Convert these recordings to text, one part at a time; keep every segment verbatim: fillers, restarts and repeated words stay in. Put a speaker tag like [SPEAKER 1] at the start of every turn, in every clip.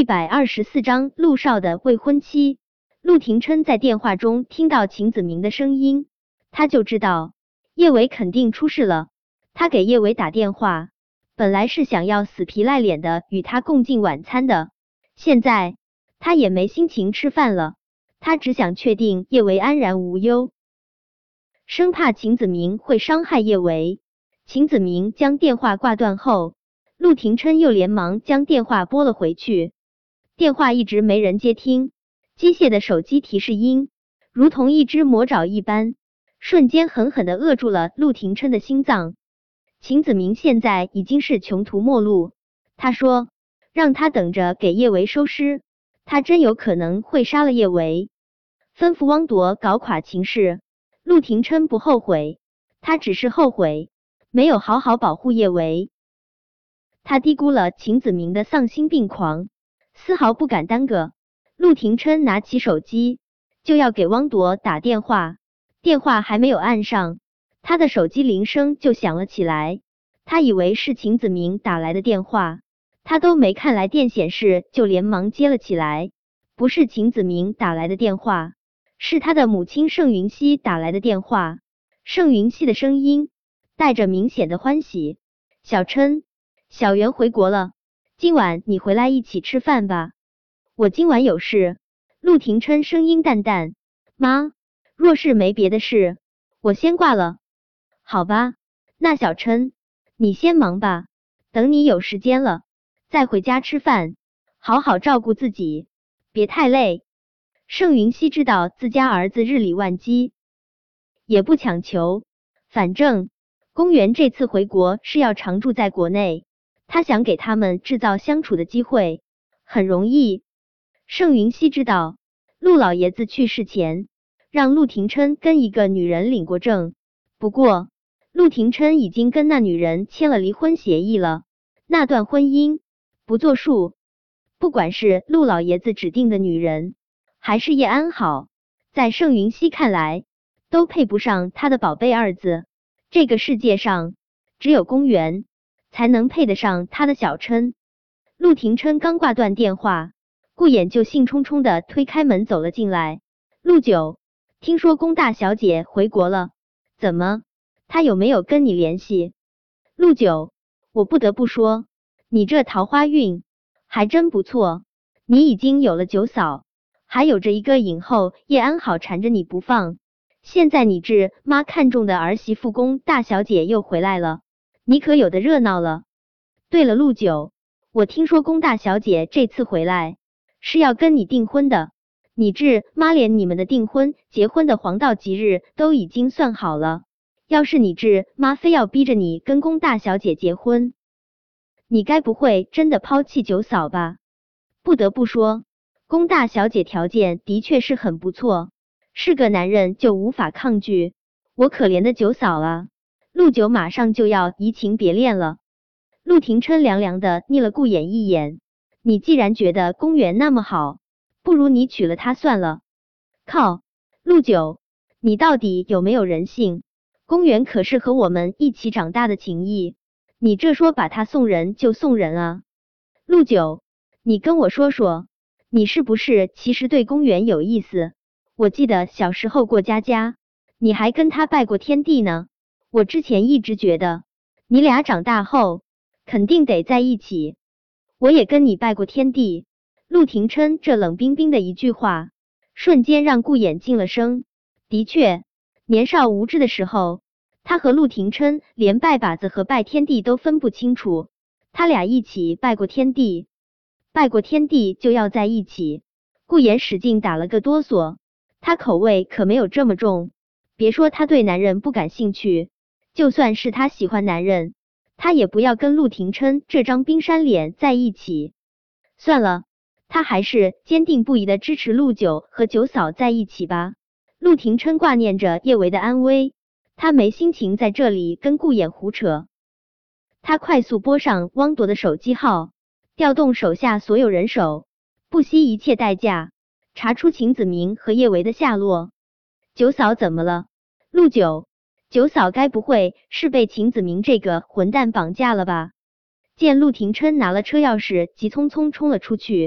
[SPEAKER 1] 百二十四章陆少的未婚妻。陆廷琛在电话中听到秦子明的声音，他就知道叶维肯定出事了。他给叶维打电话，本来是想要死皮赖脸的与他共进晚餐的，现在他也没心情吃饭了，他只想确定叶维安然无忧，生怕秦子明会伤害叶维。秦子明将电话挂断后，陆廷琛又连忙将电话拨了回去，电话一直没人接听，机械的手机提示音如同一只魔爪一般，瞬间狠狠地扼住了陆廷琛的心脏。秦子明现在已经是穷途末路，他说让他等着给叶维收尸，他真有可能会杀了叶维。吩咐汪铎搞垮秦氏，陆廷琛不后悔，他只是后悔没有好好保护叶维。他低估了秦子明的丧心病狂，丝毫不敢耽搁。陆廷琛拿起手机就要给汪铎打电话，电话还没有按上，他的手机铃声就响了起来。他以为是秦子明打来的电话，他都没看来电显示就连忙接了起来。不是秦子明打来的电话，是他的母亲盛云熙打来的电话。盛云熙的声音带着明显的欢喜：小琛，小袁回国了，今晚你回来一起吃饭吧。我今晚有事。陆廷琛声音淡淡：妈，若是没别的事，我先挂了。好吧，那小琛，你先忙吧，等你有时间了再回家吃饭，好好照顾自己，别太累。盛云熙知道自家儿子日理万机，也不强求，反正公园这次回国是要常住在国内，他想给他们制造相处的机会，很容易。盛云熙知道陆老爷子去世前让陆廷琛跟一个女人领过证，不过陆廷琛已经跟那女人签了离婚协议了，那段婚姻不作数。不管是陆老爷子指定的女人，还是叶安好，在盛云熙看来都配不上他的宝贝二字。这个世界上只有公园才能配得上他的小琛。陆廷琛刚挂断电话，顾衍就兴冲冲地推开门走了进来。陆九，听说龚大小姐回国了，怎么，她有没有跟你联系？陆九，我不得不说，你这桃花运还真不错，你已经有了九嫂，还有着一个影后叶安好缠着你不放，现在你这妈看中的儿媳妇龚大小姐又回来了，你可有的热闹了。对了，陆九，我听说龚大小姐这次回来是要跟你订婚的，你这妈连你们的订婚结婚的黄道吉日都已经算好了，要是你这妈非要逼着你跟龚大小姐结婚，你该不会真的抛弃九嫂吧？不得不说，龚大小姐条件的确是很不错，是个男人就无法抗拒。我可怜的九嫂啊，陆九马上就要移情别恋了。陆廷琛凉凉的睨了顾衍一眼，你既然觉得公园那么好，不如你娶了她算了。靠，陆九，你到底有没有人性？公园可是和我们一起长大的情谊，你这说把她送人就送人啊？陆九，你跟我说说，你是不是其实对公园有意思？我记得小时候过家家，你还跟他拜过天地呢。我之前一直觉得你俩长大后肯定得在一起。我也跟你拜过天地。陆廷琛这冷冰冰的一句话，瞬间让顾衍静了声。的确，年少无知的时候，他和陆廷琛连拜把子和拜天地都分不清楚。他俩一起拜过天地，拜过天地就要在一起。顾衍使劲打了个哆嗦，他口味可没有这么重。别说他对男人不感兴趣，就算是他喜欢男人，他也不要跟陆廷琛这张冰山脸在一起。算了，他还是坚定不移的支持陆九和九嫂在一起吧。陆廷琛挂念着叶维的安危，他没心情在这里跟顾衍胡扯。他快速拨上汪铎的手机号，调动手下所有人手，不惜一切代价查出秦子明和叶维的下落。九嫂怎么了？陆九，九嫂该不会是被秦子明这个混蛋绑架了吧？见陆廷琛拿了车钥匙，急匆匆冲了出去。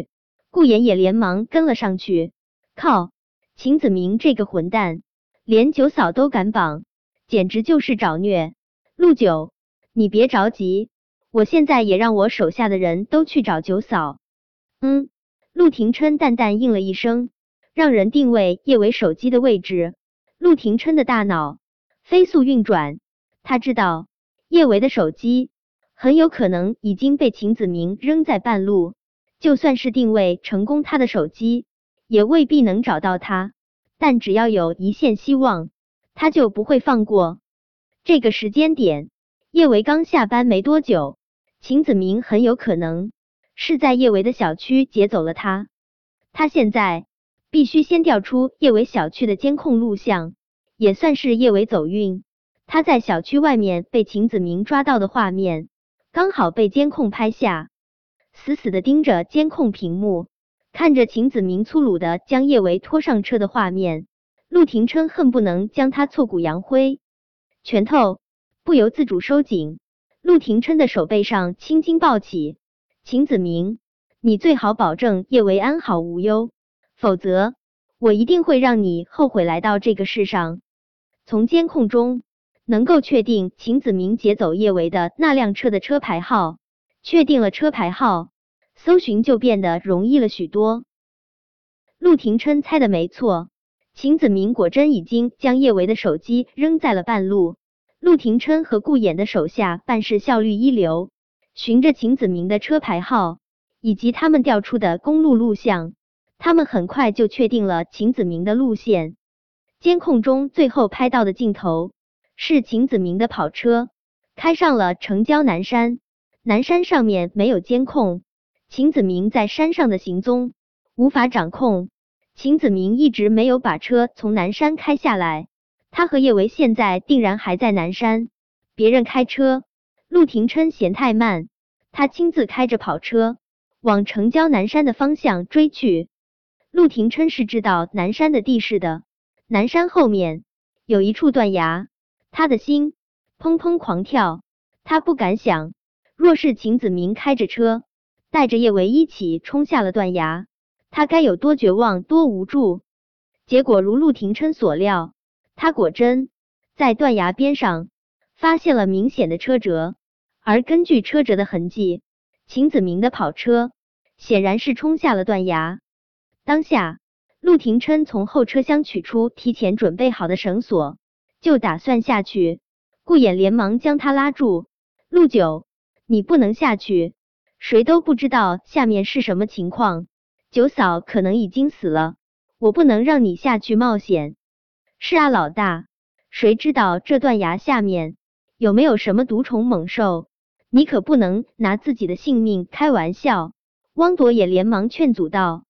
[SPEAKER 1] 顾妍也连忙跟了上去。靠，秦子明这个混蛋，连九嫂都敢绑，简直就是找虐。陆九，你别着急，我现在也让我手下的人都去找九嫂。嗯，陆廷琛淡淡应了一声，让人定位叶维手机的位置。陆廷琛的大脑飞速运转，他知道叶维的手机很有可能已经被秦子明扔在半路，就算是定位成功他的手机，也未必能找到他，但只要有一线希望，他就不会放过。这个时间点，叶维刚下班没多久，秦子明很有可能是在叶维的小区劫走了他。他现在必须先调出叶维小区的监控录像，也算是叶维走运。他在小区外面被秦子明抓到的画面，刚好被监控拍下。死死的盯着监控屏幕，看着秦子明粗鲁的将叶维拖上车的画面，陆廷琛恨不能将他挫骨扬灰。拳头不由自主收紧，陆廷琛的手背上青筋暴起。秦子明，你最好保证叶维安好无忧，否则我一定会让你后悔来到这个世上。从监控中能够确定秦子明劫走叶维的那辆车的车牌号，确定了车牌号，搜寻就变得容易了许多。陆廷琛猜的没错，秦子明果真已经将叶维的手机扔在了半路。陆廷琛和顾衍的手下办事效率一流，循着秦子明的车牌号以及他们调出的公路录像，他们很快就确定了秦子明的路线。监控中最后拍到的镜头是秦子明的跑车开上了城郊南山，南山上面没有监控，秦子明在山上的行踪无法掌控。秦子明一直没有把车从南山开下来，他和叶维现在定然还在南山。别人开车，陆廷琛嫌太慢，他亲自开着跑车往城郊南山的方向追去。陆廷琛是知道南山的地势的，南山后面有一处断崖，他的心砰砰狂跳。他不敢想，若是秦子明开着车带着叶维一起冲下了断崖，他该有多绝望多无助。结果如陆廷琛所料，他果真在断崖边上发现了明显的车辙，而根据车辙的痕迹，秦子明的跑车显然是冲下了断崖。当下，陆廷琛从后车厢取出提前准备好的绳索，就打算下去。顾衍连忙将他拉住，陆九，你不能下去，谁都不知道下面是什么情况，九嫂可能已经死了，我不能让你下去冒险。是啊，老大，谁知道这断崖下面有没有什么毒虫猛兽，你可不能拿自己的性命开玩笑。汪铎也连忙劝阻道。